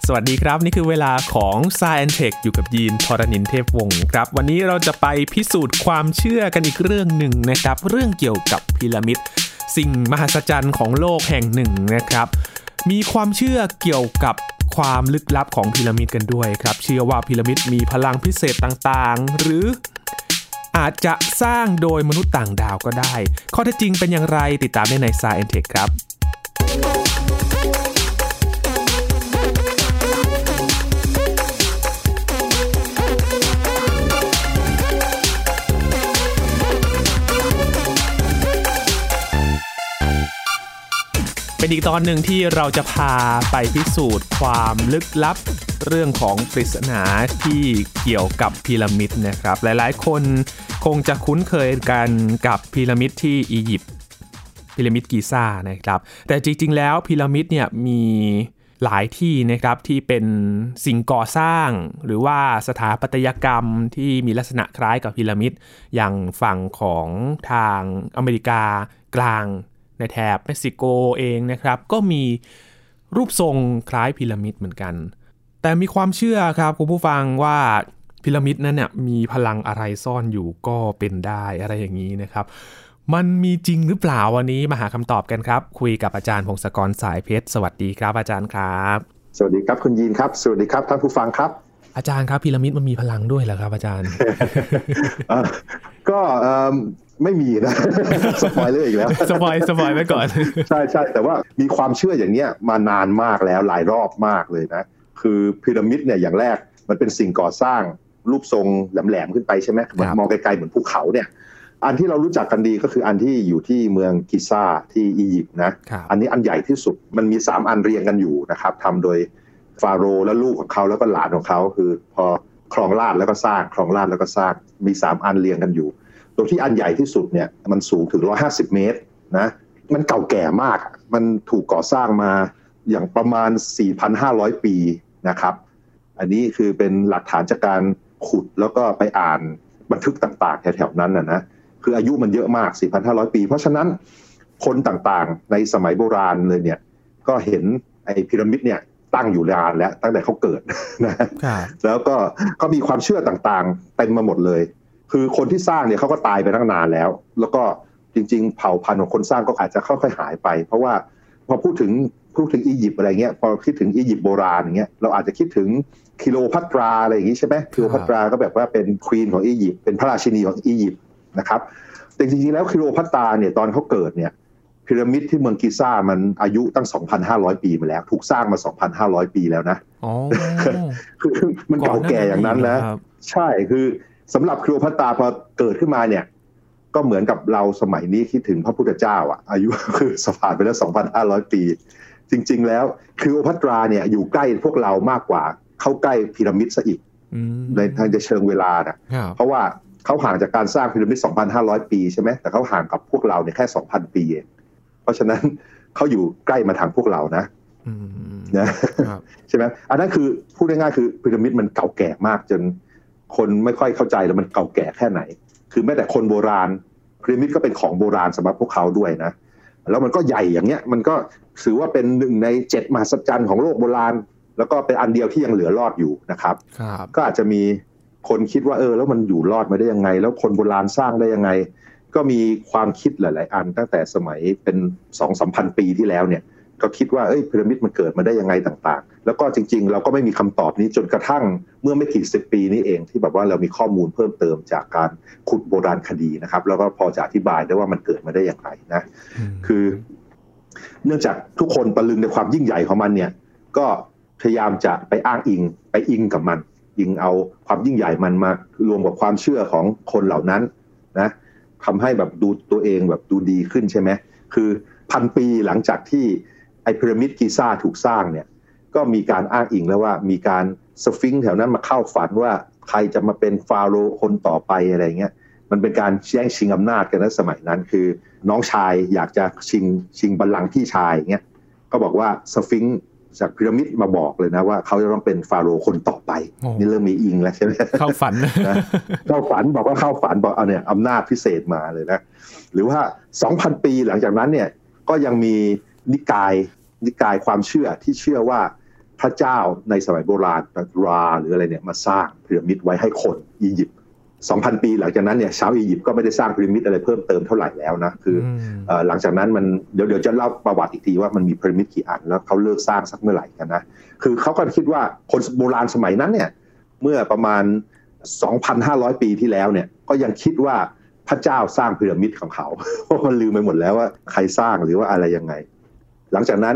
สวัสดีครับนี่คือเวลาของ Science Tech อยู่กับยีนทรณินเทพวงศ์ครับวันนี้เราจะไปพิสูจน์ความเชื่อกันอีกเรื่องหนึ่งนะครับเรื่องเกี่ยวกับพีระมิดสิ่งมหัศจรรย์ของโลกแห่งหนึ่งนะครับมีความเชื่อเกี่ยวกับความลึกลับของพีระมิดกันด้วยครับเชื่อว่าพีระมิดมีพลังพิเศษต่างๆหรืออาจจะสร้างโดยมนุษย์ต่างดาวก็ได้ข้อเท็จจริงเป็นอย่างไรติดตามได้ใน Science Tech ครับเป็นอีกตอนหนึ่งที่เราจะพาไปพิสูจน์ความลึกลับเรื่องของปริศนาที่เกี่ยวกับพีระมิดนะครับหลายๆคนคงจะคุ้นเคยกันกับพีระมิดที่อียิปต์พีระมิดกิซ่านะครับแต่จริงๆแล้วพีระมิดเนี่ยมีหลายที่นะครับที่เป็นสิ่งก่อสร้างหรือว่าสถาปัตยกรรมที่มีลักษณะคล้ายกับพีระมิดอย่างฝั่งของทางอเมริกากลางในแถบเม็กซิโกเองนะครับก็มีรูปทรงคล้ายพีระมิดเหมือนกันแต่มีความเชื่อครับคุณผู้ฟังว่าพีระมิดนั้นเนี่ยมีพลังอะไรซ่อนอยู่ก็เป็นได้อะไรอย่างนี้นะครับมันมีจริงหรือเปล่าวันนี้มาหาคำตอบกันครับคุยกับอาจารย์พงศกรสายเพชรสวัสดีครับอาจารย์ครับสวัสดีครับคุณยีนครับสวัสดีครับท่านผู้ฟังครับอาจารย์ครับพีระมิดมันมีพลังด้วยเหรอครับอาจารย์ก็ไม่มีนะ สปอยเลยอีกแล้วสปอยไว้ก่อนใช่แต่ว่ามีความเชื่ออย่างเนี้ยมานานมากแล้วหลายรอบมากเลยนะคือพีระมิดเนี่ยอย่างแรกมันเป็นสิ่งก่อสร้างรูปทรงแหลมๆขึ้นไปใช่ไหมมองไกลๆเหมือนภูเขาเนี่ยอันที่เรารู้จักกันดีก็คืออันที่อยู่ที่เมืองกิซ่าที่อียิปต์นะอันนี้อันใหญ่ที่สุดมันมี3อันเรียงกันอยู่นะครับทำโดยฟาโรห์และลูกของเขาแล้วก็หลานของเขาคือพอครองราชย์แล้วก็สร้างครองราชย์แล้วก็สร้างมี3อันเรียงกันอยู่ตรงที่อันใหญ่ที่สุดเนี่ยมันสูงถึง150เมตรนะมันเก่าแก่มากมันถูกก่อสร้างมาอย่างประมาณ 4,500 ปีนะครับอันนี้คือเป็นหลักฐานจากการขุดแล้วก็ไปอ่านบันทึกต่างๆแถวๆนั้นนะคืออายุมันเยอะมาก 4,500 ปีเพราะฉะนั้นคนต่างๆในสมัยโบราณเลยเนี่ยก็เห็นไอ้พีระมิดเนี่ยตั้งอยู่นานแล้วตั้งแต่เขาเกิดนะแล้วก็มีความเชื่อต่างๆเต็มมาหมดเลยคือคนที่สร้างเนี่ยเขาก็ตายไปตั้งนานแล้วแล้วก็จริงๆเผ่าพันธุ์ของคนสร้างก็อาจจะค่อยๆหายไปเพราะว่าพอพูดถึงอียิปต์อะไรเงี้ยพอคิดถึงอียิปต์โบราณอย่างเงี้ยเราอาจจะคิดถึงคิโลพัตราอะไรอย่างงี้ใช่ไหมคิโลพัตราก็แบบว่าเป็นควีนของอียิปต์เป็นพระราชินีของอียิปต์นะครับแต่จริงๆแล้วคิโลพัตราเนี่ยตอนเขาเกิดเนี่ยพีระมิดที่เมืองกิซ่ามันอายุตั้ง 2,500 ปีมาแล้วถูกสร้างมา 2,500 ปีแล้วนะคือมันเก่าแก่อย่างนั้นนะใช่คือสำหรับคิโลพัตราพอเกิดขึ้นมาเนี่ยก็เหมือนกับเราสมัยนี้คิดถึงพระพุทธเจ้าอ่ะอายุคือสผ่านไปแล้ว 2,500 ปีจริงๆแล้วคิโลพัตราเนี่ยอยู่ใกล้พวกเรามากกว่าเข้าใกล้พีระมิดซะอีกในทางเชิงเวลานะเพราะว่าเขาห่างจากการสร้างพีระมิด 2,500 ปีใช่ไหมแต่เขาห่างกับพวกเราเนี่ยแค่ 2,000 ปีเองเพราะฉะนั้นเขาอยู่ใกล้มาทางพวกเรานะใช่ไหมอันนั้นคือพูดง่ายๆคือพีระมิดมันเก่าแก่มากจนคนไม่ค่อยเข้าใจแล้วมันเก่าแก่แค่ไหนคือแม้แต่คนโบราณพีระมิดก็เป็นของโบราณสำหรับพวกเขาด้วยนะแล้วมันก็ใหญ่อย่างเงี้ยมันก็ถือว่าเป็น1ใน7มหัศจรรย์ของโลกโบราณแล้วก็เป็นอันเดียวที่ยังเหลือรอดอยู่นะครับก็อาจจะมีคนคิดว่าแล้วมันอยู่รอดมาได้ยังไงแล้วคนโบราณสร้างได้ยังไงก็มีความคิดหลายๆอันตั้งแต่สมัยเป็น 2-3,000 ปีที่แล้วเนี่ยก็คิดว่าพีระมิดมันเกิดมาได้ยังไงต่างๆแล้วก็จริงๆเราก็ไม่มีคำตอบนี้จนกระทั่งเมื่อไม่กี่10 ปีนี้เองที่แบบว่าเรามีข้อมูลเพิ่มเติมจากการขุดโบราณคดีนะครับแล้วก็พอจะอธิบายได้ว่ามันเกิดมาได้อย่างไรนะคือเนื่องจากทุกคนตะลึงในความยิ่งใหญ่ของมันเนี่ยก็พยายามจะไปอ้างอิงไปอิงกับมันอิงเอาความยิ่งใหญ่มันมารวมกับความเชื่อของคนเหล่านั้นนะทำให้แบบดูตัวเองแบบดูดีขึ้นใช่ไหมคือ1,000 ปีหลังจากที่ไอ้พีระมิดกิซ่าถูกสร้างเนี่ยก็มีการอ้างอิงแล้วว่ามีการสฟิงค์แถวนั้นมาเข้าฝันว่าใครจะมาเป็นฟาโรห์คนต่อไปอะไรเงี้ยมันเป็นการแย่งชิงอำนาจกันในสมัยนั้นคือน้องชายอยากจะชิงบัลลังก์พี่ชายเงี้ยก็บอกว่าสฟิงค์จากพีระมิดมาบอกเลยนะว่าเขาจะต้องเป็นฟาโรห์คนต่อไปนี่เริ่มมีอิงแล้วใช่ไหมเข้าฝันนะเข้าฝันบอกว่าเข้าฝันบอกเอาเนี่ยอำนาจพิเศษมาเลยนะหรือว่า 2,000 ปีหลังจากนั้นเนี่ยก็ยังมีนิกายความเชื่อที่เชื่อว่าพระเจ้าในสมัยโบราณราหรืออะไรเนี่ยมาสร้างพีระมิดไว้ให้คนอียิปต์ 2,000 ปีหลังจากนั้นเนี่ยชาวอียิปต์ก็ไม่ได้สร้างพีระมิดอะไรเพิ่มเติมเท่าไหร่แล้วนะคือหลังจากนั้นมันเดี๋ยวจะเล่าประวัติอีกทีว่ามันมีพีระมิดกี่อันแล้วเขาเลิกสร้างสักเมื่อไหร่กันนะคือเขาก็คิดว่าคนโบราณสมัยนั้นเนี่ยเมื่อประมาณ 2,500 ปีที่แล้วเนี่ยก็ยังคิดว่าพระเจ้าสร้างพีระมิดของเขาเพราะมันลืมไปหมดแล้วว่าใครสร้างหรือว่าอะไรยังไงหลังจากนั้น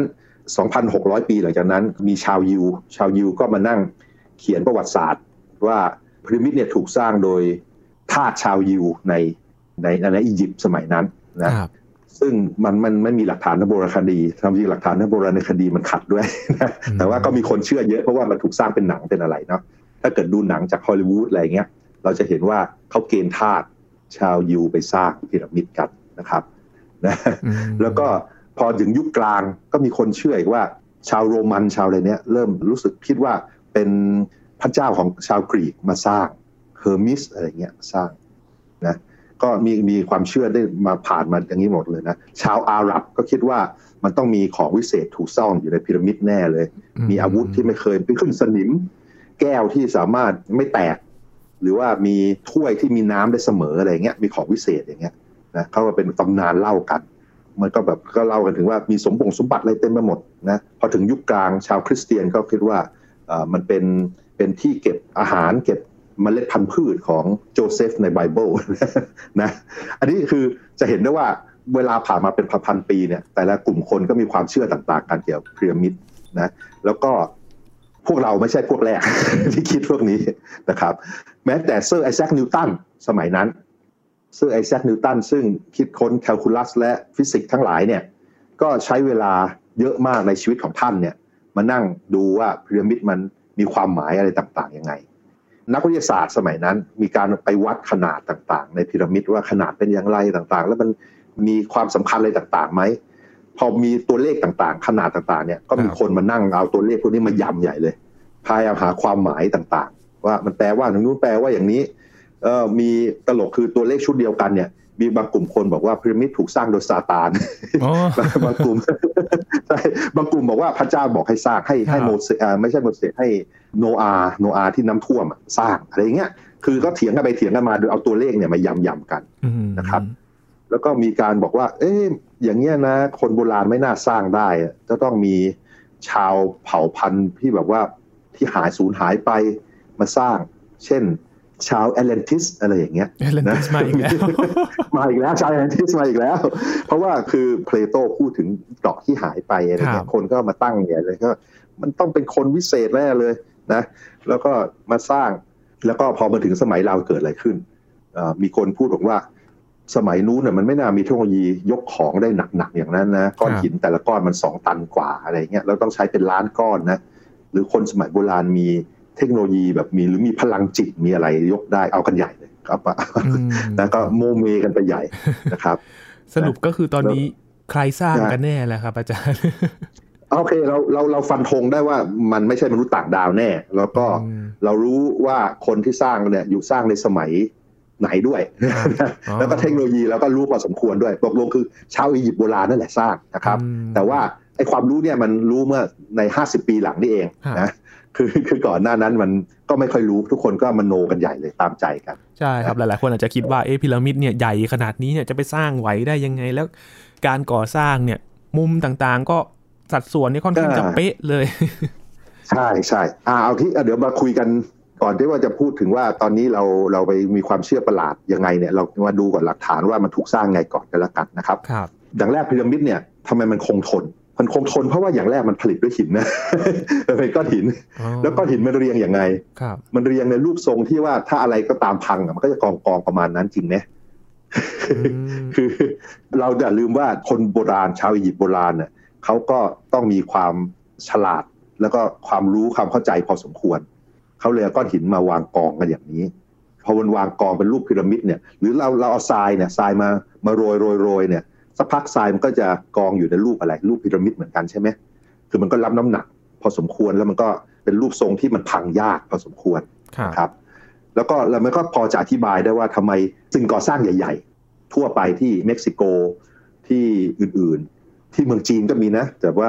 2,600 ปีหลังจากนั้นมีชาวยิวก็มานั่งเขียนประวัติศาสตร์ว่าพีระมิดเนี่ยถูกสร้างโดยทาสชาวยิวในอียิปต์สมัยนั้นนะซึ่งมันไม่มีหลักฐานทางโบราณคดีทางจริงหลักฐานทางโบราณคดีมันขัดด้วยนะแต่ว่าก็มีคนเชื่อเยอะเพราะว่ามันถูกสร้างเป็นหนังเป็นอะไรเนาะถ้าเกิดดูหนังจากฮอลลีวูดอะไรเงี้ยเราจะเห็นว่าเขาเกณฑ์ทาสชาวยิวไปสร้างพีระมิดกันนะครับนะแล้วก็พอถึงยุคกลางก็มีคนเชื่ออีกว่าชาวโรมันชาวอะไรเนี้ยเริ่มรู้สึกคิดว่าเป็นพระเจ้าของชาวกรีกมาสร้างเฮอร์มิสอะไรเงี้ยสร้างนะก็มีความเชื่อได้มาผ่านมาอย่างนี้หมดเลยนะชาวอาหรับก็คิดว่ามันต้องมีของวิเศษถูกซ่อนอยู่ในพีระมิดแน่เลยมีอาวุธที่ไม่เคยเป็นขึ้นสนิมแก้วที่สามารถไม่แตกหรือว่ามีถ้วยที่มีน้ำได้เสมออะไรเงี้ยมีของวิเศษอย่างเงี้ยนะเขาก็เป็นตำนานเล่ากันมันก็แบบก็เล่ากันถึงว่ามีสมบัติอะไรเต็มไปหมดนะพอถึงยุคกลางชาวคริสเตียนก็คิดว่ามันเป็นที่เก็บอาหารเก็บเมล็ดพันธุ์พืชของโจเซฟในไบเบิลนะอันนี้คือจะเห็นได้ว่าเวลาผ่านมาเป็นพันปีเนี่ยแต่ละกลุ่มคนก็มีความเชื่อต่างๆกันเกี่ยวกับพีระมิดนะแล้วก็พวกเราไม่ใช่พวกแรก ที่คิดพวกนี้นะครับแม้แต่เซอร์ไอแซคนิวตันสมัยนั้นเซอร์ไอแซคนิวตันซึ่งคิดค้นแคลคูลัสและฟิสิกส์ทั้งหลายเนี่ยก็ใช้เวลาเยอะมากในชีวิตของท่านเนี่ยมานั่งดูว่าพีระมิดมันมีความหมายอะไรต่างๆยังไงนักวิทยาศาสตร์สมัยนั้นมีการไปวัดขนาดต่างๆในพีระมิดว่าขนาดเป็นอย่างไรต่างๆแล้วมันมีความสำคัญอะไรต่างๆไหมพอมีตัวเลขต่างๆขนาดต่างๆเนี่ยก็มีคนมานั่งเอาตัวเลขพวกนี้มายำใหญ่เลยพยายามหาความหมายต่างๆว่ามันแปลว่าอย่างนู้นแปลว่าอย่างนี้มีตลกคือตัวเลขชุดเดียวกันเนี่ยมีบางกลุ่มคนบอกว่าพีระมิดถูกสร้างโดยซาตาน บางกลุ่ม บางกลุ่มบอกว่าพระเจ้าบอกให้สร้างให้โมเสสไม่ใช่โมเสสให้โนอาห์ที่น้ำท่วมสร้างอะไรอย่างเงี้ยคือก็เถียงกันไปเถียงกันมาโดยเอาตัวเลขเนี่ยมายำกันนะครับแล้วก็มีการบอกว่าอย่างเงี้ยนะคนโบราณไม่น่าสร้างได้จะต้องมีชาวเผ่าพันธุ์ที่แบบว่าที่สูญหายไปมาสร้างเช่นชาวแอตแลนติสอะไรอย่างเงี้ยนะมาอีกแล้วมาอีกแล้วชาวแอตแลนติสมาอีกแล้วเพราะว่าคือเพลโตพูดถึงเกาะที่หายไปอะไรเงี้ยคนก็มาตั้งเนี่ยเลยก็มันต้องเป็นคนวิเศษแน่เลยนะแล้วก็มาสร้างแล้วก็พอมาถึงสมัยเราเกิดอะไรขึ้นมีคนพูดบอกว่าสมัยนู้นน่ะมันไม่น่ามีเทคโนโลยียกของได้หนักๆอย่างนั้นนะก้อนหินแต่ละก้อนมัน2 ตันกว่าอะไรเงี้ยแล้วต้องใช้เป็นล้านก้อนนะหรือคนสมัยโบราณมีเทคโนโลยีแบบมีหรือมีพลังจิตมีอะไรยกได้เอากันใหญ่เลยครับแล้วก็โมเมกันไปใหญ่นะครับสรุปก็คือตอนนี้ใครสร้างกันแน่แหละครับอาจารย์โอเคเราฟันธงได้ว่ามันไม่ใช่มนุษย์ต่างดาวแน่แล้วก็เรารู้ว่าคนที่สร้างเนี่ยอยู่สร้างในสมัยไหนด้วยแล้วก็เทคโนโลยีแล้วก็รู้พอสมควรด้วยตกลงคือชาวอียิปต์โบราณนั่นแหละสร้างนะครับแต่ว่าไอ้ความรู้เนี่ยมันรู้เมื่อใน50 ปีหลังนี่เองนะคือก่อนหน้านั้นมันก็ไม่ค่อยรู้ทุกคนก็มโนกันใหญ่เลยตามใจกันใช่ครับหลายๆคนอาจจะคิดว่าพีระมิดเนี่ยใหญ่ขนาดนี้เนี่ยจะไปสร้างไหวได้ยังไงแล้วการก่อสร้างเนี่ยมุมต่างๆก็สัดส่วนนี่ค่อนข้างจะเป๊ะเลยใช่เอาที่เดี๋ยวมาคุยกันก่อนที่ว่าจะพูดถึงว่าตอนนี้เราไปมีความเชื่อประหลาดยังไงเนี่ยเรามาดูก่อนหลักฐานว่ามันถูกสร้างไงก่อนกันละกันนะครับอย่างแรกพีระมิดเนี่ยทำไมมันคงทนเพราะว่าอย่างแรกมันผลิตด้วยหินนะเป็นก้อนหินแล้วก้อนหินมันเรียงอย่างไงมันเรียงในรูปทรงที่ว่าถ้าอะไรก็ตามพังมันก็จะกองประมาณนั้นจริงไหมคือเราอย่าลืมว่าคนโบราณชาวอียิปต์โบราณเนี่ยเขาก็ต้องมีความฉลาดแล้วก็ความรู้ความเข้าใจพอสมควรเขาเลยเอาก้อนหินมาวางกองกันอย่างนี้พอมันวางกองเป็นรูปพีระมิดเนี่ยหรือเราเอาทรายมาโรยเนี่ยสักพักทรายมันก็จะกองอยู่ในรูปอะไรรูปพีระมิดเหมือนกันใช่ไหมคือมันก็รับน้ำหนักพอสมควรแล้วมันก็เป็นรูปทรงที่มันพังยากพอสมควรครับแล้วก็มันก็พอจะอธิบายได้ว่าทำไมสิ่งก่อสร้างใหญ่ๆทั่วไปที่เม็กซิโกที่อื่นๆที่เมืองจีนก็มีนะแต่ว่า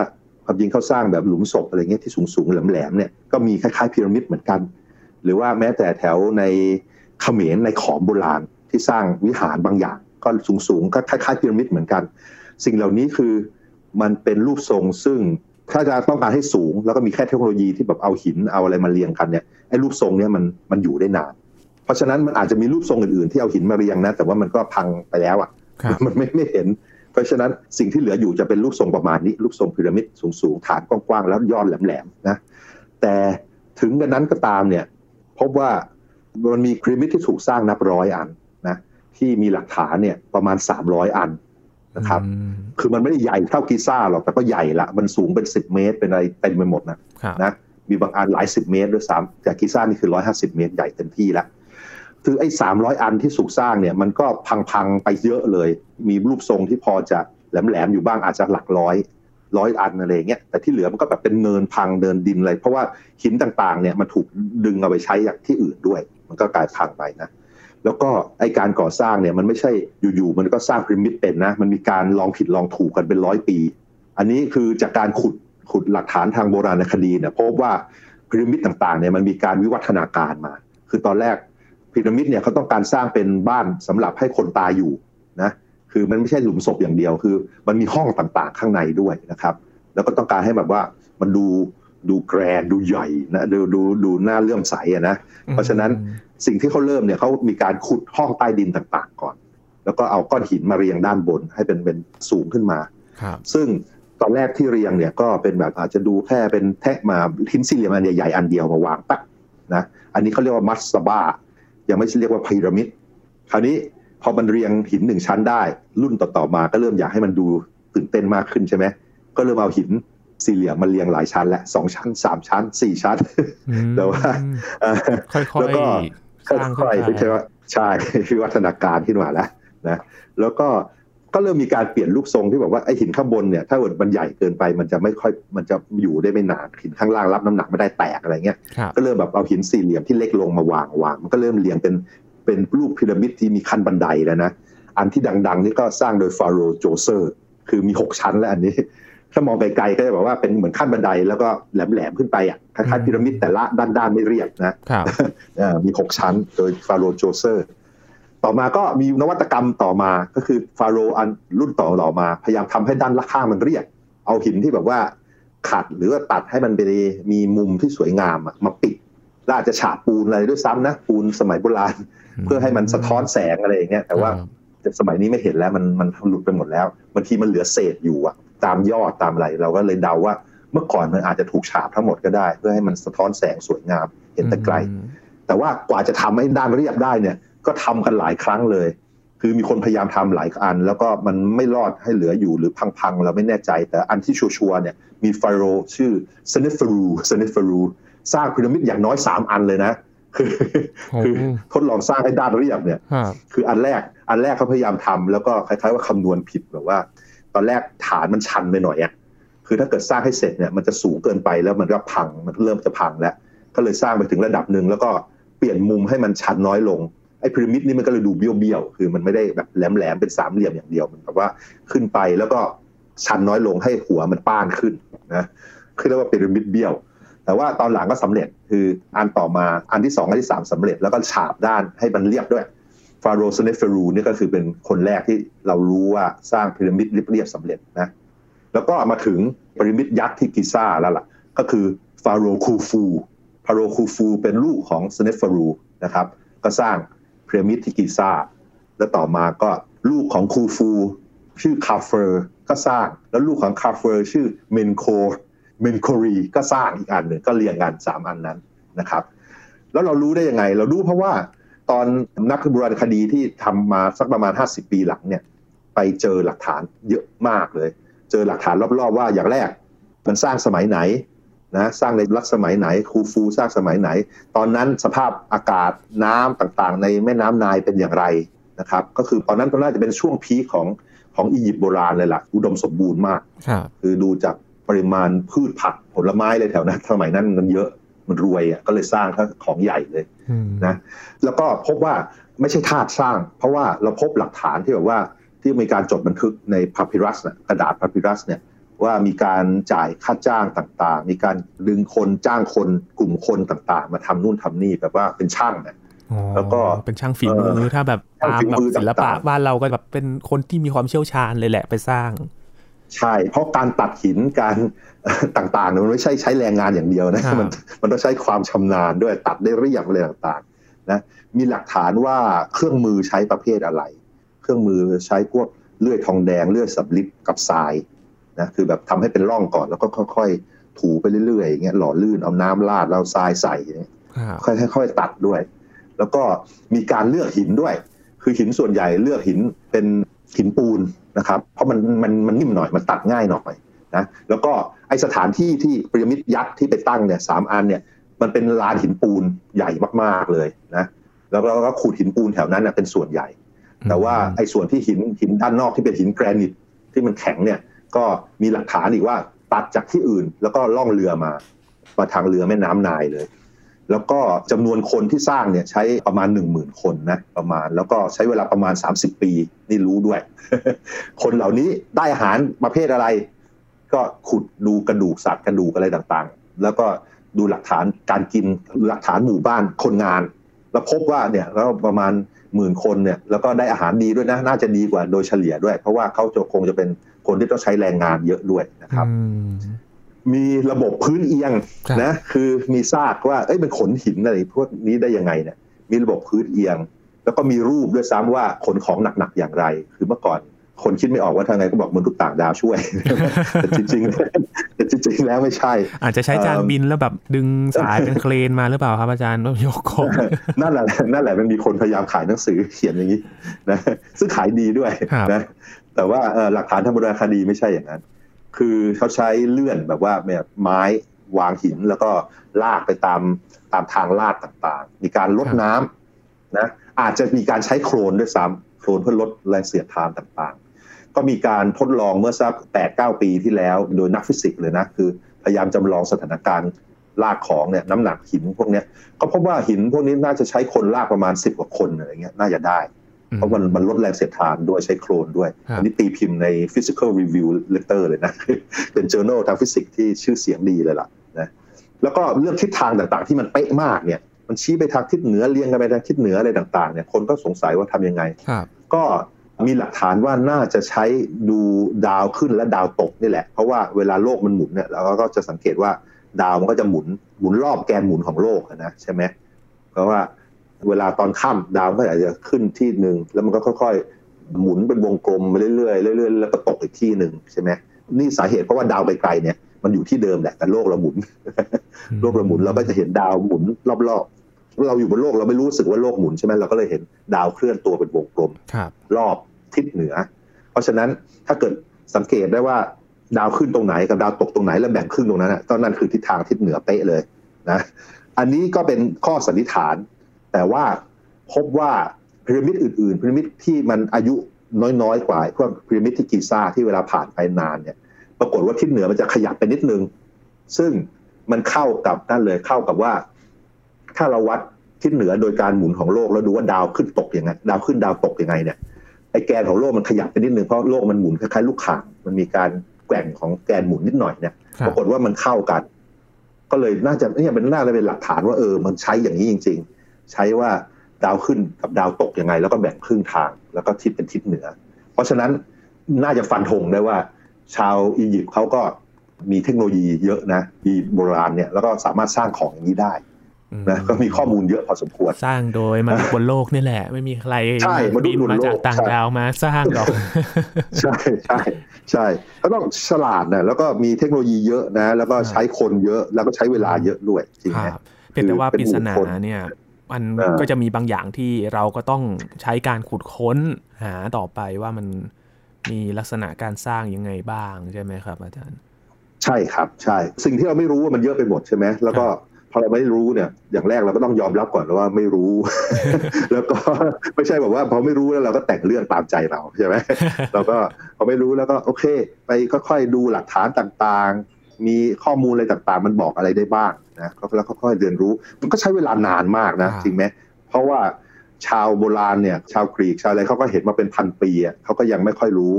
ความจริงเขาสร้างแบบหลุมศพอะไรเงี้ยที่สูงๆแหลมๆเนี่ยก็มีคล้ายๆพีระมิดเหมือนกันหรือว่าแม้แต่แถวในเขมรในขอมโบราณที่สร้างวิหารบางอย่างก็สูงๆก็คล้ายๆพีระมิดเหมือนกันสิ่งเหล่านี้คือมันเป็นรูปทรงซึ่งถ้าจะต้องการให้สูงแล้วก็มีแค่เทคโนโลยีที่แบบเอาหินเอาอะไรมาเรียงกันเนี่ยไอ้รูปทรงเนี้ยมันอยู่ได้นานเพราะฉะนั้นมันอาจจะมีรูปทรงอื่นๆที่เอาหินมาเรียงนะแต่ว่ามันก็พังไปแล้วอ่ะมันไม่เห็นเพราะฉะนั้นสิ่งที่เหลืออยู่จะเป็นรูปทรงประมาณนี้รูปทรงพีระมิดสูงๆฐานกว้างๆแล้วยอดแหลมๆนะแต่ถึงกันนั้นก็ตามเนี่ยพบว่ามันมีพีระมิดที่ถูกสร้างนับร้อยอันนะที่มีหลักฐานเนี่ยประมาณ300อันนะครับคือมันไม่ได้ใหญ่เท่ากิซ่าหรอกแต่ก็ใหญ่ละมันสูงเป็น10เมตรเป็นอะไรเต็มไปหมดนะมีบางอันหลาย10เมตรด้วยซ้ำแต่กิซ่านี่คือ150เมตรใหญ่เต็มที่แล้วคือไอ้300อันที่ถูกสร้างเนี่ยมันก็พังไปเยอะเลยมีรูปทรงที่พอจะแหลมๆอยู่บ้างอาจจะหลักร้อยอันอะไรเงี้ยแต่ที่เหลือมันก็แบบเป็นเนินพังเนินดินอะไรเพราะว่าหินต่างๆเนี่ยมันถูกดึงเอาไปใช้จากที่อื่นด้วยมันก็กลายพังไปนะแล้วก็ไอ้การก่อสร้างเนี่ยมันไม่ใช่อยู่ๆมันก็สร้างพีระมิดเป็นนะมันมีการลองผิดลองถูกกันเป็น100 ปีอันนี้คือจากการขุดหลักฐานทางโบราณคดีเนี่ยพบว่าพีระมิดต่างๆเนี่ยมันมีการวิวัฒนาการมาคือตอนแรกพีระมิดเนี่ยเขาต้องการสร้างเป็นบ้านสำหรับให้คนตายอยู่นะคือมันไม่ใช่หลุมศพอย่างเดียวคือมันมีห้องต่างๆข้างในด้วยนะครับแล้วก็ต้องการให้แบบว่ามันดูแกรนดูใหญ่นะดูน่าเลื่อมใสอะนะเพราะฉะนั้นสิ่งที่เขาเริ่มเนี่ยเขามีการขุดห้องใต้ดินต่างๆก่อนแล้วก็เอาก้อนหินมาเรียงด้านบนให้เป็นสูงขึ้นมาซึ่งตอนแรกที่เรียงเนี่ยก็เป็นแบบอาจจะดูแค่เป็นแท่งมาหินสี่เหลี่ยมอันใหญ่ๆอันเดียวมาวางปั๊บนะอันนี้เขาเรียกว่ามัสบายังไม่ใช่เรียกว่าพีระมิดคราวนี้พอมันเรียงหิน1ชั้นได้รุ่นต่อๆมาก็เริ่มอยากให้มันดูตื่นเต้นมากขึ้นใช่ไหมก็เริ่มเอาหินสี่เหลี่ยมมาเรียงหลายชั้นและ2ชั้น3ชั้น4ชั้นแต่ว่าค่อยๆค่อยๆไม่ใช่ว่าใช่วิวัฒนาการขึ้นมาแล้วนะแล้วก็เริ่มมีการเปลี่ยนรูปทรงที่บอกว่าไอ้หินข้างบนเนี่ยถ้าเกิดมันใหญ่เกินไปมันจะไม่ค่อยมันจะอยู่ได้ไม่นานหินข้างล่างรับน้ำหนักไม่ได้แตกอะไรเงี้ยก็เริ่มแบบเอาหินสี่เหลี่ยมที่เล็กลงมาวางมันก็เริ่มเรียงเป็นรูปพีระมิดที่มีขั้นบันไดแล้วนะอันที่ดังๆนี่ก็สร้างโดยฟาโรห์โจเซอร์คือมี6ชั้นแล้วอันนี้ถ้ามองไกลๆก็จะบอกว่าเป็นเหมือนขั้นบันไดแล้วก็แหลมๆขึ้นไปอ่ะคล้ายๆพีระมิดแต่ละด้านไม่เรียบนะมี6ชั้นโดยฟาโรห์โจเซอร์ต่อมาก็มีนวัตกรรมต่อมาก็คือฟาโรห์อันรุ่นต่อมาพยายามทำให้ด้านข้างมันเรียบเอาหินที่แบบว่าขัดหรือว่าตัดให้มันเป็นมีมุมที่สวยงามมาปิดแล้วอาจจะฉาบปูนอะไรด้วยซ้ำนะปูนสมัยโบราณเพื่อให้มันสะท้อนแสงอะไรอย่างเงี้ยแต่ว่าสมัยนี้ไม่เห็นแล้วมันหลุดไปหมดแล้วบางทีมันเหลือเศษอยู่อะตามยอดตามอะไรเราก็เลยเดาว่าเมื่อก่อนมันอาจจะถูกฉาบทั้งหมดก็ได้เพื่อให้มันสะท้อนแสงสวยงามเห็นแต่ไกลแต่ว่ากว่าจะทำให้ด้านเรียบได้เนี่ยก็ทำกันหลายครั้งเลยคือมีคนพยายามทำหลายอันแล้วก็มันไม่รอดให้เหลืออยู่หรือพังๆเราไม่แน่ใจแต่อันที่ชัวร์ๆเนี่ยมีฟาโรห์ชื่อเซเนฟเฟรูสร้างพีระมิดอย่างน้อย3อันเลยนะคือทดลองสร้างให้ด้านเรียบเนี่ยคืออันแรกเขาพยายามทำแล้วก็คล้ายๆว่าคำนวณผิดแบบว่าตอนแรกฐานมันชันไปหน่อยอ่ะคือถ้าเกิดสร้างให้เสร็จเนี่ยมันจะสูงเกินไปแล้วมันก็พังมันเริ่มจะพังแล้วก็เลยสร้างไปถึงระดับนึงแล้วก็เปลี่ยนมุมให้มันชันน้อยลงไอ้พีระมิดนี่มันก็เลยดูเบี้ยวๆคือมันไม่ได้แบบแหลมๆเป็นสามเหลี่ยมอย่างเดียวมันแบบว่าขึ้นไปแล้วก็ชันน้อยลงให้หัวมันป้านขึ้นนะคือเรียกว่าพีระมิดเบี้ยวแต่ว่าตอนหลังก็สำเร็จคืออันต่อมาอันที่2อันที่3สำเร็จแล้วก็ฉาบด้านให้มันเรียบด้วยฟาโรห์เซเนฟเฟรูนี่ก็คือเป็นคนแรกที่เรารู้ว่าสร้างพีระมิดเรียบสำเร็จนะแล้วก็มาถึงพีระมิดยักษ์ที่กิซ่าแล้วล่ะก็คือฟาโรห์คูฟูเป็นลูกของเซเนฟเฟรูนะครับก็สร้างพีระมิดที่กิซ่าแล้วต่อมาก็ลูกของคูฟูชื่อคาเฟอร์ก็สร้างแล้วลูกของคาเฟอร์ชื่อเมนโครีก็สร้างอีกอันหนึ่งก็เรียงกัน3อันนั้นนะครับแล้วเรารู้ได้ยังไงเรารู้เพราะว่าตอนนักโบราณคดีที่ทำมาสักประมาณ50ปีหลังเนี่ยไปเจอหลักฐานเยอะมากเลยเจอหลักฐานรอบๆว่าอย่างแรกมันสร้างสมัยไหนนะสร้างในรัชสมัยไหนคูฟูสร้างสมัยไหนตอนนั้นสภาพอากาศน้ำต่างๆในแม่น้ำไนล์เป็นอย่างไรนะครับก็คือตอนนั้นน่าจะเป็นช่วงพีคของอียิปต์โบราณเลยล่ะอุดมสมบูรณ์มากคือดูจากปริมาณพืชผักผลไม้เลยแถวนั้นสมัยนั้นมันเยอะมันรวยอ่ะก็เลยสร้างของใหญ่เลยนะแล้วก็พบว่าไม่ใช่ธาตุสร้างเพราะว่าเราพบหลักฐานที่แบบว่าที่มีการจดบันทึกในพาพิรัสกระดาษพาพิรัสเนี่ยว่ามีการจ่ายค่าจ้างต่างๆมีการดึงคนจ้างคนกลุ่มคนต่างๆมาทำนู่นทำนี่แบบว่าเป็นช่างนะแล้วก็เป็นช่างฝีมือถ้าแบบตามแบบศิลปะบ้านเราก็แบบเป็นคนที่มีความเชี่ยวชาญเลยแหละไปสร้างใช่เพราะการตัดหินการต่างๆมันไม่ใช่ใช้แรงงานอย่างเดียวนะมันต้องใช้ความชำนาญด้วยตัดได้เรียบอะไรต่างๆนะมีหลักฐานว่าเครื่องมือใช้ประเภทอะไรเครื่องมือใช้พวกเลื่อยทองแดงเลื่อยสำริดกับทรายนะคือแบบทำให้เป็นร่องก่อนแล้วก็ค่อยๆถูไปเรื่อยๆอย่างเงี้ยหล่อลื่นเอาน้ำราดแล้วทรายใส่ค่อยๆตัดด้วยแล้วก็มีการเลือกหินด้วยคือหินส่วนใหญ่เลือกหินเป็นหินปูนนะครับเพราะมันนิ่มหน่อยมันตัดง่ายหน่อยนะแล้วก็ไอสถานที่ที่พีระมิดยักษ์ที่ไปตั้งเนี่ย3อันเนี่ยมันเป็นลานหินปูนใหญ่มากๆเลยนะแล้วก็ขูดหินปูนแถวนั้นเป็นส่วนใหญ่แต่ว่าไอส่วนที่หินด้านนอกที่เป็นหินแกรนิตที่มันแข็งเนี่ยก็มีหลักฐานอีกว่าตัดจากที่อื่นแล้วก็ล่องเรือมาทางเรือแม่น้ำไนล์เลยแล้วก็จำนวนคนที่สร้างเนี่ยใช้ประมาณ 10,000 คนนะประมาณแล้วก็ใช้เวลาประมาณ30 ปีนี่รู้ด้วย คนเหล่านี้ได้อาหารประเภทอะไรก็ขุดดูกระดูกสัตว์กระดูกอะไรต่างๆแล้วก็ดูหลักฐานการกินหลักฐานหมู่บ้านคนงานแล้วพบว่าเนี่ยแล้วประมาณ10,000 คนเนี่ยแล้วก็ได้อาหารดีด้วยนะน่าจะดีกว่าโดยเฉลี่ยด้วยเพราะว่าเขาคงจะเป็นคนที่ต้องใช้แรงงานเยอะด้วยนะครับมีระบบพื้นเอียงนะคือมีซากว่ามันขนหินอะไรพวกนี้ได้ยังไงเนี่ยมีระบบพื้นเอียงแล้วก็มีรูปด้วยซ้ำว่าขนของหนักๆอย่างไรคือเมื่อก่อนคนคิดไม่ออกว่าทางไงก็บอกมนุษย์ต่างดาวช่วย แต่จริงๆแล้วไม่ใช่อาจจะใช้จานบินแล้วแบบดึงสายเป็นเครนมาหรือเปล่าครับอาจารย์ว่ายกของนั่นแหละมันมีคนพยายามขายหนังสือเขียนอย่างนี้นะซึ่งขายดีด้วยนะแต่ว่าหลักฐานทางโบราณคดีไม่ใช่อย่างนั้นคือเขาใช้เลื่อนแบบว่าแบบไม้วางหินแล้วก็ลากไปตามทางลาดต่างๆมีการลดน้ำนะอาจจะมีการใช้โคลนด้วยซ้ำโคลนเพื่อลดแรงเสียดทานต่างๆก็มีการทดลองเมื่อสัก 8-9 ปีที่แล้วโดยนักฟิสิกส์เลยนะคือพยายามจำลองสถานการณ์ลากของเนี่ยน้ำหนักหินพวกนี้ก็พบว่าหินพวกนี้น่าจะใช้คนลากประมาณ10 กว่าคนอะไรเงี้ยน่าจะได้เพราะมันลดแรงเสียดทานด้วยใช้โคลนด้วยอันนี้ตีพิมพ์ใน Physical Review Letter เลยนะเป็น journal ทางฟิสิกส์ที่ชื่อเสียงดีเลยล่ะนะแล้วก็เรื่องทิศทางต่างๆที่มันเป๊ะมากเนี่ยมันชี้ไปทางทิศเหนือเรียงกันไปทางทิศเหนืออะไรต่างๆเนี่ยคนก็สงสัยว่าทำยังไงก็มีหลักฐานว่าน่าจะใช้ดูดาวขึ้นและดาวตกนี่แหละเพราะว่าเวลาโลกมันหมุนเนี่ยเราก็จะสังเกตว่าดาวมันก็จะหมุนรอบแกนหมุนของโลกนะใช่ไหมเพราะว่าเวลาตอนค่ำดาวก็อาจจะขึ้นที่นึงแล้วมันก็ค่อยๆหมุนเป็นวงกลมไปเรื่อยๆเรื่อยๆแล้วก็ตกอีกที่นึงใช่ไหมนี่สาเหตุเพราะว่าดาวไกลๆเนี่ยมันอยู่ที่เดิมแหละแต่โลกเราหมุน โลกเราหมุนเราก็จะเห็นดาวหมุนรอบๆเราอยู่บนโลกเราไม่รู้สึกว่าโลกหมุนใช่ไหมเราก็เลยเห็นดาวเคลื่อนตัวเป็นวงกลมรอบทิศเหนือเพราะฉะนั้นถ้าเกิดสังเกตได้ว่าดาวขึ้นตรงไหนกับดาวตกตรงไหนแล้วแบ่งครึ่งตรงนั้นตอนนั้นคือทิศทางทิศเหนือเป๊ะเลยนะอันนี้ก็เป็นข้อสันนิษฐานแต่ว่าพบว่าพีระมิดอื่นๆพีระมิดที่มันอายุน้อยๆกว่าพวกพีระมิดที่กิซ่าที่เวลาผ่านไปนานเนี่ยปรากฏว่าทิศเหนือมันจะขยับไปนิดนึงซึ่งมันเข้ากับนั่นเลยเข้ากับว่าถ้าเราวัดทิศเหนือโดยการหมุนของโลกแล้วดูว่าดาวขึ้นตกยังไงดาวขึ้นดาวตกยังไงเนี่ยไอ้แกนของโลกมันขยับไปนิดนึงเพราะโลกมันหมุนคล้ายๆลูกข่างมันมีการแกว่งของแกนหมุนนิดหน่อยเนี่ยปรากฏว่ามันเข้ากันก็เลยน่าจะเป็นหลักฐานว่ามันใช้อย่างนี้จริงๆใช้ว่าดาวขึ้นกับดาวตกยังไงแล้วก็แบ่งครึ่งทางแล้วก็ทิศเป็นทิศเหนือเพราะฉะนั้นน่าจะฟันธงได้ว่าชาวอียิปต์เขาก็มีเทคโนโลยีเยอะนะมีโบราณเนี่ยแล้วก็สามารถสร้างของอย่างนี้ได้นะก็มีข้อมูลเยอะพอสมควรสร้างโดยมนุษย์บนโลกนี่แหละไม่มีใครบินมาจากต่างดาวมาสร้างหรอกใช่ก็ต้องฉลาดนะแล้วก็มีเทคโนโลยีเยอะนะแล้วก็ใช้คนเยอะแล้วก็ใช้เวลาเยอะด้วยจริงไหมเป็นแต่ว่าปริศนาเนี่ยมันก็จะมีบางอย่างที่เราก็ต้องใช้การขุดค้นหาต่อไปว่ามันมีลักษณะการสร้างยังไงบ้างใช่ไหมครับอาจารย์ใช่ครับใช่สิ่งที่เราไม่รู้มันเยอะไปหมดใช่ไหมแล้วก็พอเราไม่รู้เนี่ยอย่างแรกเราก็ต้องยอมรับก่อนว่าไม่รู้ แล้วก็ไม่ใช่แบบว่าพอไม่รู้แล้วเราก็แต่งเรื่องตามใจเราใช่ไหม เราก็พอไม่รู้แล้วก็โอเคไปค่อยๆดูหลักฐานต่างๆมีข้อมูลอะไรต่างๆมันบอกอะไรได้บ้างนะแล้วค่อยๆเรียนรู้มันก็ใช้เวลานานมากนะจริงไหมเพราะว่าชาวโบราณเนี่ยชาวกรีกชาวอะไรเขาก็เห็นมาเป็นพันปีเขาก็ยังไม่ค่อยรู้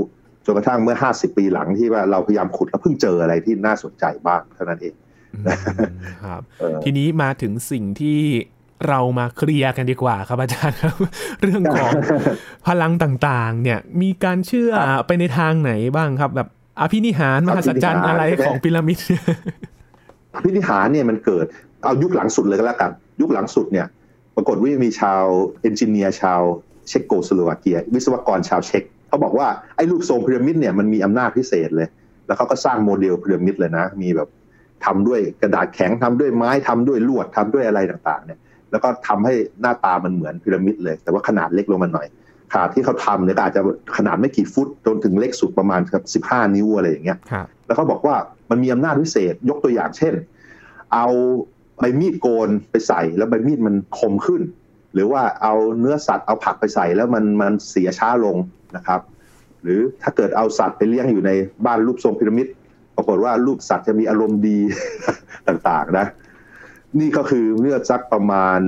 จนกระทั่งเมื่อ50 ปีหลังที่ว่าเราพยายามขุดแล้วเพิ่งเจออะไรที่น่าสนใจบ้างเท่านั้นเองครับทีนี้มาถึงสิ่งที่เรามาเคลียร์กันดีกว่าครับอาจารย์ครับเรื่องของพลังต่างๆเนี่ยมีการเชื่อไปในทางไหนบ้างครับแบบอภินิหารมหัศจรรย์อะไรของพีระมิดอภินิหารเนี่ยมันเกิดเอายุคหลังสุดเลยก็แล้วกันยุคหลังสุดเนี่ยปรากฏว่ามีชาวเอนจิเนียร์ชาวเช็กโกสโลวาเกียวิศวกรชาวเช็กเขาบอกว่าไอ้รูปทรงพีระมิดเนี่ยมันมีอำนาจพิเศษเลยแล้วเขาก็สร้างโมเดลพีระมิดเลยนะมีแบบทำด้วยกระดาษแข็งทำด้วยไม้ทำด้วยลวดทำด้วยอะไรต่างๆเนี่ยแล้วก็ทำให้หน้าตามันเหมือนพีระมิดเลยแต่ว่าขนาดเล็กลงมาหน่อยขนาดที่เขาทำเนี่ยอาจจะขนาดไม่กี่ฟุตจนถึงเล็กสุดประมาณ15 นิ้วอะไรอย่างเงี้ยแล้วเขาบอกว่ามันมีอำนาจพิเศษยกตัวอย่างเช่นเอาใบมีดโกนไปใส่แล้วใบมีดมันคมขึ้นหรือว่าเอาเนื้อสัตว์เอาผักไปใส่แล้วมันเสียช้าลงนะครับหรือถ้าเกิดเอาสัตว์ไปเลี้ยงอยู่ในบ้านรูปทรงพีระมิดปรากฏว่ารูปสัตว์จะมีอารมณ์ดี ต่างๆนะนี่ก็คือเมื่อสักประมาณ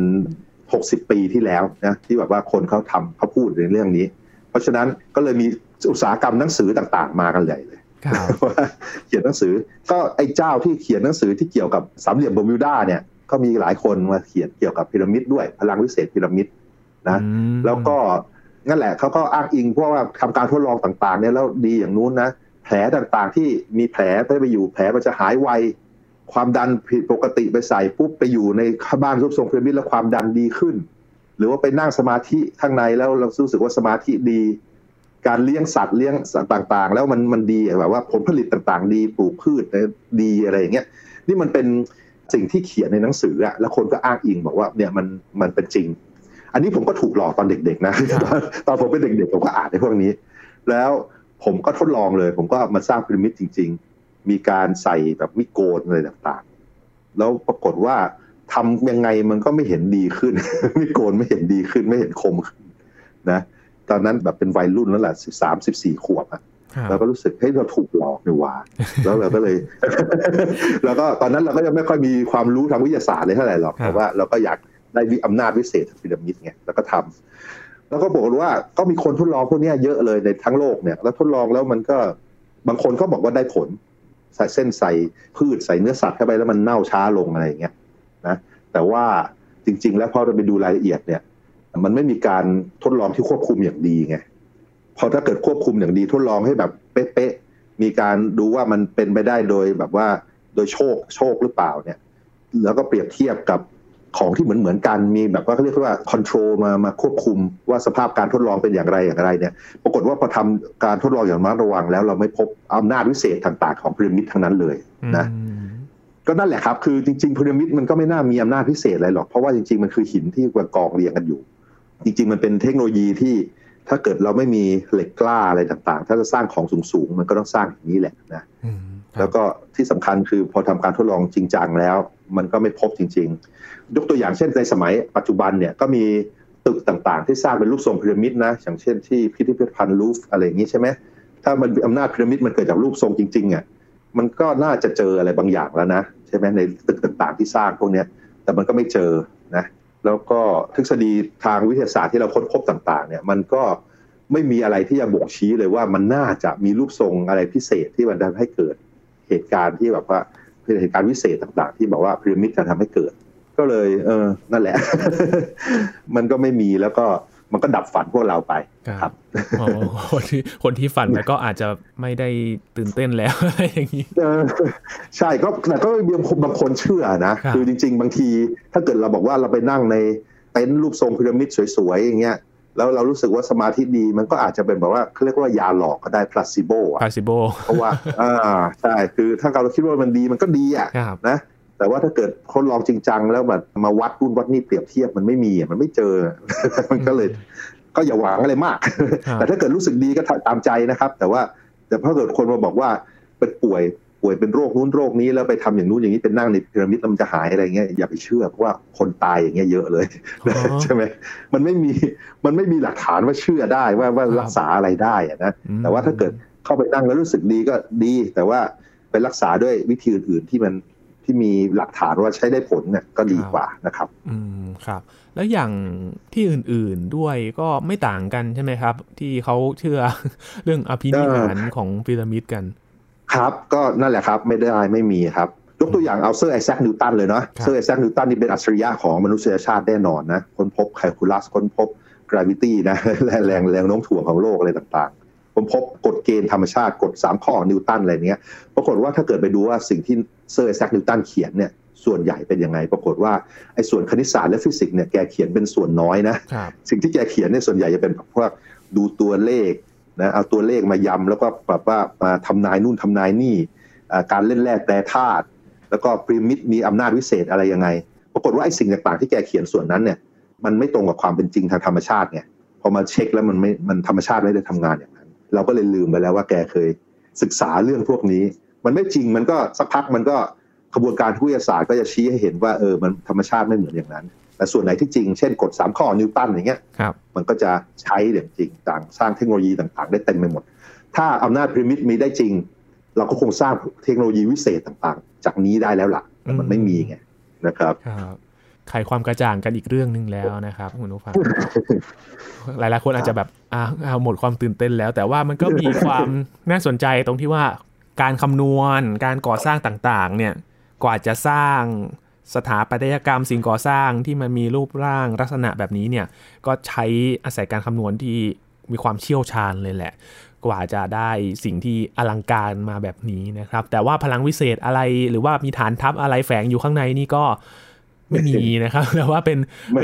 60 ปีที่แล้วนะที่แบบว่าคนเขาพูดในเรื่องนี้เพราะฉะนั้นก็เลยมีอุตสาหกรรมหนังสือต่างๆมากันใหญ่เลยว่าเขียนหนังสือก็ไอ้เจ้าที่เขียนหนังสือที่เกี่ยวกับสามเหลี่ยมเบอร์มิวดาเนี่ยก็มีหลายคนมาเขียนเกี่ยวกับพีระมิดด้วยพลังวิเศษพีระมิดนะแล้วก็นั่นแหละเขาก็อ้างอิงเพราะว่าทำการทดลองต่างๆเนี่ยแล้วดีอย่างนู้นนะแผลต่างๆที่มีแผลไปอยู่แผลมันจะหายไวความดันผิดปกติไปใส่ปุ๊บไปอยู่ในบ้านรูปทรงพีระมิดแล้วความดันดีขึ้นหรือว่าไปนั่งสมาธิข้างในแล้วเรารู้สึกว่าสมาธิดีการเลี้ยงสัตว์เลี้ยงสัตว์ต่างๆแล้วมันดีแบบว่าผลผลิตต่างๆดีปลูกพืชดีอะไรอย่างเงี้ยนี่มันเป็นสิ่งที่เขียนในหนังสืออะแล้วคนก็อ้างอิงบอกว่าเนี่ยมันเป็นจริงอันนี้ผมก็ถูกหลอกตอนเด็กๆนะตอนผมเป็นเด็กๆผมก็อ่านในพวกนี้แล้วผมก็ทดลองเลยผมก็มาสร้างพีระมิดจริงๆมีการใส่แบบมิโกนอะไรต่างๆแล้วปรากฏว่าทำยังไงมันก็ไม่เห็นดีขึ้นมิโกนไม่เห็นดีขึ้นไม่เห็นคมขึ้นนะตอนนั้นแบบเป็นวัยรุ่นแล้วแหละ13-14 ขวบอะเราก็รู้สึกเฮ้ยเราถูกหลอกนี่หว่าแล้วเราก็เลย แล้วก็ตอนนั้นเราก็ยังไม่ค่อยมีความรู้ทางวิทยาศาสตร์เลยเท่าไหร่หรอกแต่ว่าเราก็อยากได้อำนาจวิเศษพีระมิดไงแล้วก็ทำแล้วก็บอกว่าก็มีคนทดลองพวกนี้เยอะเลยในทั้งโลกเนี่ยแล้วทดลองแล้วมันก็บางคนก็บอกว่าได้ผลใส่เส้นใส่พืชใส่เนื้อสัตว์เข้าไปแล้วมันเน่าช้าลงอะไรอย่างเงี้ยนะแต่ว่าจริงๆแล้วพอเราไปดูรายละเอียดเนี่ยมันไม่มีการทดลองที่ควบคุมอย่างดีไงพอถ้าเกิดควบคุมอย่างดีทดลองให้แบบเป๊ะๆมีการดูว่ามันเป็นไปได้โดยแบบว่าโดยโชคหรือเปล่าเนี่ยแล้วก็เปรียบเทียบกับของที่เหมือนกันมีแบบว่าเขาเรียกว่าคอนโทรลมาควบคุมว่าสภาพการทดลองเป็นอย่างไรเนี่ยปรากฏว่าพอทำการทดลองอย่างระวังแล้วเราไม่พบอำนาจวิเศษต่างๆของพีระมิดทั้งนั้นเลยนะก็นั่นแหละครับคือจริงๆพีระมิดมันก็ไม่น่ามีอำนาจพิเศษอะไรหรอกเพราะว่าจริงๆมันคือหินที่กองเรียงกันอยู่จริงๆมันเป็นเทคโนโลยีที่ถ้าเกิดเราไม่มีเหล็กกล้าอะไรต่างๆถ้าจะสร้างของสูงๆมันก็ต้องสร้างอย่างนี้แหละนะแล้วก็ที่สำคัญคือพอทำการทดลองจริงจังแล้วมันก็ไม่พบจริงๆยกตัวอย่างเช่นในสมัยปัจจุบันเนี่ยก็มีตึกต่างๆที่สร้างเป็นรูปทรงพีระมิดนะอย่างเช่นที่พิพิธภัณฑ์ลูฟอะไรอย่างนี้ใช่ไหมถ้ามันอำนาจพีระมิดมันเกิดจากรูปทรงจริงๆอ่ะมันก็น่าจะเจออะไรบางอย่างแล้วนะใช่ไหมในตึกต่างๆที่สร้างพวกนี้แต่มันก็ไม่เจอนะแล้วก็ทฤษฎีทางวิทยาศาสตร์ที่เราค้นพบต่างๆเนี่ยมันก็ไม่มีอะไรที่จะบ่งชี้เลยว่ามันน่าจะมีรูปทรงอะไรพิเศษที่มันทำให้เกิดเหตุการณ์ที่แบบว่าเหตุการณ์วิเศษต่างๆที่บอกว่าพีระมิดจะทำให้เกิดก็เลยนั่นแหละ มันก็ไม่มีแล้วก็มันก็ดับฝันพวกเราไปครับคนที่ฝันแล้วก็อาจจะไม่ได้ตื่นเต้นแล้วอะไรอย่างนี้ใช่ก็แต่ก็มีบางคนเชื่อนะคือจริงๆบางทีถ้าเกิดเราบอกว่าเราไปนั่งในเต็นท์รูปทรงพีระมิดสวยๆอย่างเงี้ยแล้วเรารู้สึกว่าสมาธิดีมันก็อาจจะเป็นแบบว่าเขาเรียกว่ายาหลอกก็ได้ placebo เพราะว่าใช่คือถ้าเราคิดว่ามันดีมันก็ดีอ่ะนะแต่ว่าถ้าเกิดทดลองจริงจังแล้วแบบมาวัดรุ่นวัดนี่เปรียบเทียบมันไม่มีมันไม่เจอ มันก็เลยก็อย่าหวังอะไรมาก แต่ถ้าเกิดรู้สึกดีก็ตามใจนะครับแต่ถ้าเกิดคนมาบอกว่าเป็นป่วยเป็นโรคนู้นโรคนี้แล้วไปทำอย่างนู้นอย่างนี้เป็นนั่งในพีระมิดมันจะหายอะไรเงี้ยอย่าไปเชื่อเพราะว่าคนตายอย่างเงี้ยเยอะเลยใช่ไหมมันไม่มีหลักฐานว่าเชื่อได้ว่ารักษาอะไรได้นะแต่ว่าถ้าเกิดเข้าไปนั่งแล้วรู้สึกดีก็ดีแต่ว่าไปรักษาด้วยวิธีอื่นๆที่ที่มีหลักฐานว่าใช้ได้ผลเนี่ยก็ดีกว่านะครับครับแล้วอย่างที่อื่นๆด้วยก็ไม่ต่างกันใช่ไหมครับที่เขาเชื่อเรื่องอภินิหารของพีระมิดกันครับก็นั่นแหละครับไม่มีครับยกตัวอย่างเอาเซอร์ไอแซคนิวตันเลยเนาะเซอร์ไอแซคนิวตันนี่เป็นอัจฉริยะของมนุษยชาติแน่นอนนะค้นพบแคลคูลัสค้นพบgravity นะแรงโน้มถ่วงของโลกอะไรต่างๆค้นพบกฎเกณฑ์ธรรมชาติกฎ3ข้อนิวตันอะไรเงี้ยปรากฏว่าถ้าเกิดไปดูว่าสิ่งที่เซอร์ไอแซคนิวตันเขียนเนี่ยส่วนใหญ่เป็นยังไงปรากฏว่าไอ้ส่วนคณิตศาสตร์และฟิสิกส์เนี่ยแกเขียนเป็นส่วนน้อยนะสิ่งที่แกเขียนเนี่ยส่วนใหญ่จะเป็นพวกดูตัวเลขนะเอาตัวเลขมายำแล้วก็แบบว่ามาทำนายนู่นทำนายนี่การเล่นแร่แปรธาตุแล้วก็พีระมิดมีอำนาจวิเศษอะไรยังไงปรากฏว่าไอ้สิ่งต่างๆที่แกเขียนส่วนนั้นเนี่ยมันไม่ตรงกับความเป็นจริงทางธรรมชาติไงพอมาเช็คแล้วมันธรรมชาติไม่ได้ทำงานอย่างนั้นเราก็เลยลืมไปแล้วว่าแกเคยศึกษาเรื่องพวกนี้มันไม่จริงมันก็สักพักมันก็กระบวนการวิทยาศาสตร์ก็จะชี้ให้เห็นว่ามันธรรมชาติไม่เหมือนอย่างนั้นแต่ส่วนไหนที่จริงเช่นกฎ3ข้อนิวตันอย่างเงี้ยมันก็จะใช้อย่างจริงต่างสร้างเทคโนโลยีต่างๆได้เต็มไปหมดถ้าอำนาจพีระมิดมีได้จริงเราก็คงสร้างเทคโนโลยีวิเศษต่างๆจากนี้ได้แล้วล่ะแต่มันไม่มีไงนะครับไขความกระจ่างกันอีกเรื่องนึงแล้วนะครับคุณผู้ฟัง หลายๆคนอาจจะแบบหมดความตื่นเต้นแล้วแต่ว่ามันก็มีความน่าสนใจตรงที่ว่าการคำนวณการก่อสร้างต่างๆเนี่ยกว่าจะสร้างสถาปัตยกรรมสิ่งก่อสร้างที่มันมีรูปร่างลักษณะแบบนี้เนี่ยก็ใช้อาศัยการคำนวณที่มีความเชี่ยวชาญเลยแหละกว่าจะได้สิ่งที่อลังการมาแบบนี้นะครับแต่ว่าพลังวิเศษอะไรหรือว่ามีฐานทัพอะไรแฝงอยู่ข้างในนี่ก็ไม่มีนะครับแต่ว่าเป็น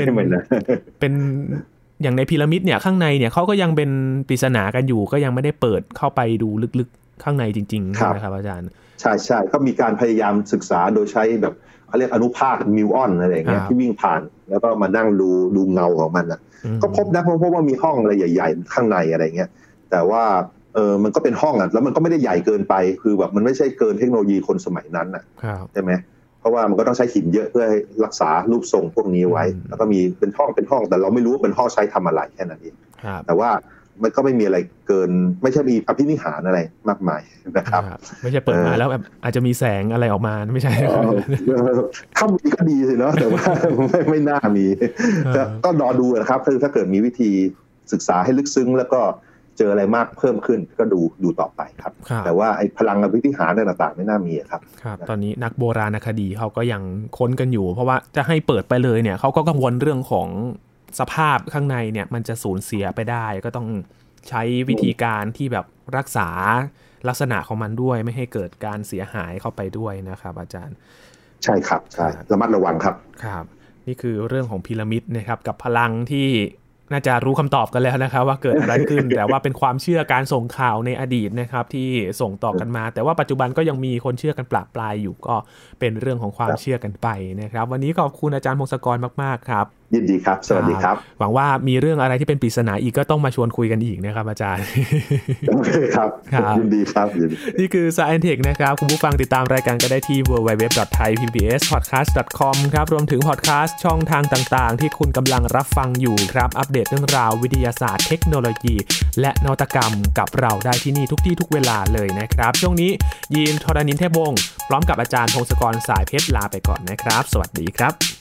อย่างในพีระมิดเนี่ยข้างในเนี่ยเขาก็ยังเป็นปริศนากันอยู่ก็ยังไม่ได้เปิดเข้าไปดูลึกๆข้างในจริงๆนะครับอาจารย์ใช่ก็มีการพยายามศึกษาโดยใช้แบบเขาเรียกอนุภาคมิวออนอะไรอย่างเงี้ยที่วิ่งผ่านแล้วก็มานั่งดูเงาของมันก็พบนะเพราะว่ามีห้องอะไรใหญ่ๆข้างในอะไรเงี้ยแต่ว่ามันก็เป็นห้องแล้วมันก็ไม่ได้ใหญ่เกินไปคือแบบมันไม่ใช่เกินเทคโนโลยีคนสมัยนั้นใช่ไหมเพราะว่ามันก็ต้องใช้หินเยอะเพื่อให้รักษารูปทรงพวกนี้ไว้แล้วก็มีเป็นห้องแต่เราไม่รู้ว่าเป็นห้องใช้ทำอะไรแค่นั้นเองแต่ว่ามันก็ไม่มีอะไรเกินไม่ใช่มีอภินิหารอะไรมากมายนะครับไม่ใช่เปิดมาแล้วแบบอาจจะมีแสงอะไรออกมาไม่ใช่ถ้ามีก็ดีสิเนาะแต่ว่าไม่น่ามีก็รอดูนะครับถ้าเกิดมีวิธีศึกษาให้ลึกซึ้งแล้วก็เจออะไรมากเพิ่มขึ้นก็ดูต่อไปครับแต่ว่าไอ้พลังอภินิหารต่างๆไม่น่ามีครับตอนนี้นักโบราณคดีเขาก็ยังค้นกันอยู่เพราะว่าจะให้เปิดไปเลยเนี่ยเขาก็กังวลเรื่องของสภาพข้างในเนี่ยมันจะสูญเสียไปได้ก็ต้องใช้วิธีการที่แบบรักษาลักษณะของมันด้วยไม่ให้เกิดการเสียหายเข้าไปด้วยนะครับอาจารย์ใช่ครับใช่ระมัดระวังครับครับนี่คือเรื่องของพีระมิดนะครับกับพลังที่น่าจะรู้คำตอบกันแล้วนะครับว่าเกิดอะไรขึ้น แต่ว่าเป็นความเชื่อการส่งข่าวในอดีตนะครับที่ส่งต่อกันมาแต่ว่าปัจจุบันก็ยังมีคนเชื่อกันปราบปรายอยู่ก็เป็นเรื่องของความเชื่อกันไปนะครับวันนี้ขอบคุณอาจารย์พงศกรมากๆครับยินดีครับสวัสดีครับหวังว่ามีเรื่องอะไรที่เป็นปริศนาอีกก็ต้องมาชวนคุยกันอีกนะครับอาจารย์ครับยินดีครับนี่คือ Science Tech นะครับคุณผู้ฟังติดตามรายการก็ได้ที่ www.thaipbspodcast.com ครับรวมถึงพอดแคสต์ช่องทางต่างๆที่คุณกำลังรับฟังอยู่ครับอัปเดตเรื่องราววิทยาศาสตร์เทคโนโลยีและนวัตกรรมกับเราได้ที่นี่ทุกที่ทุกเวลาเลยนะครับช่วงนี้ยีนทรณินเทพวงศ์พร้อมกับอาจารย์พงศกรสายเพชรลาไปก่อนนะครับสวัสดีครับ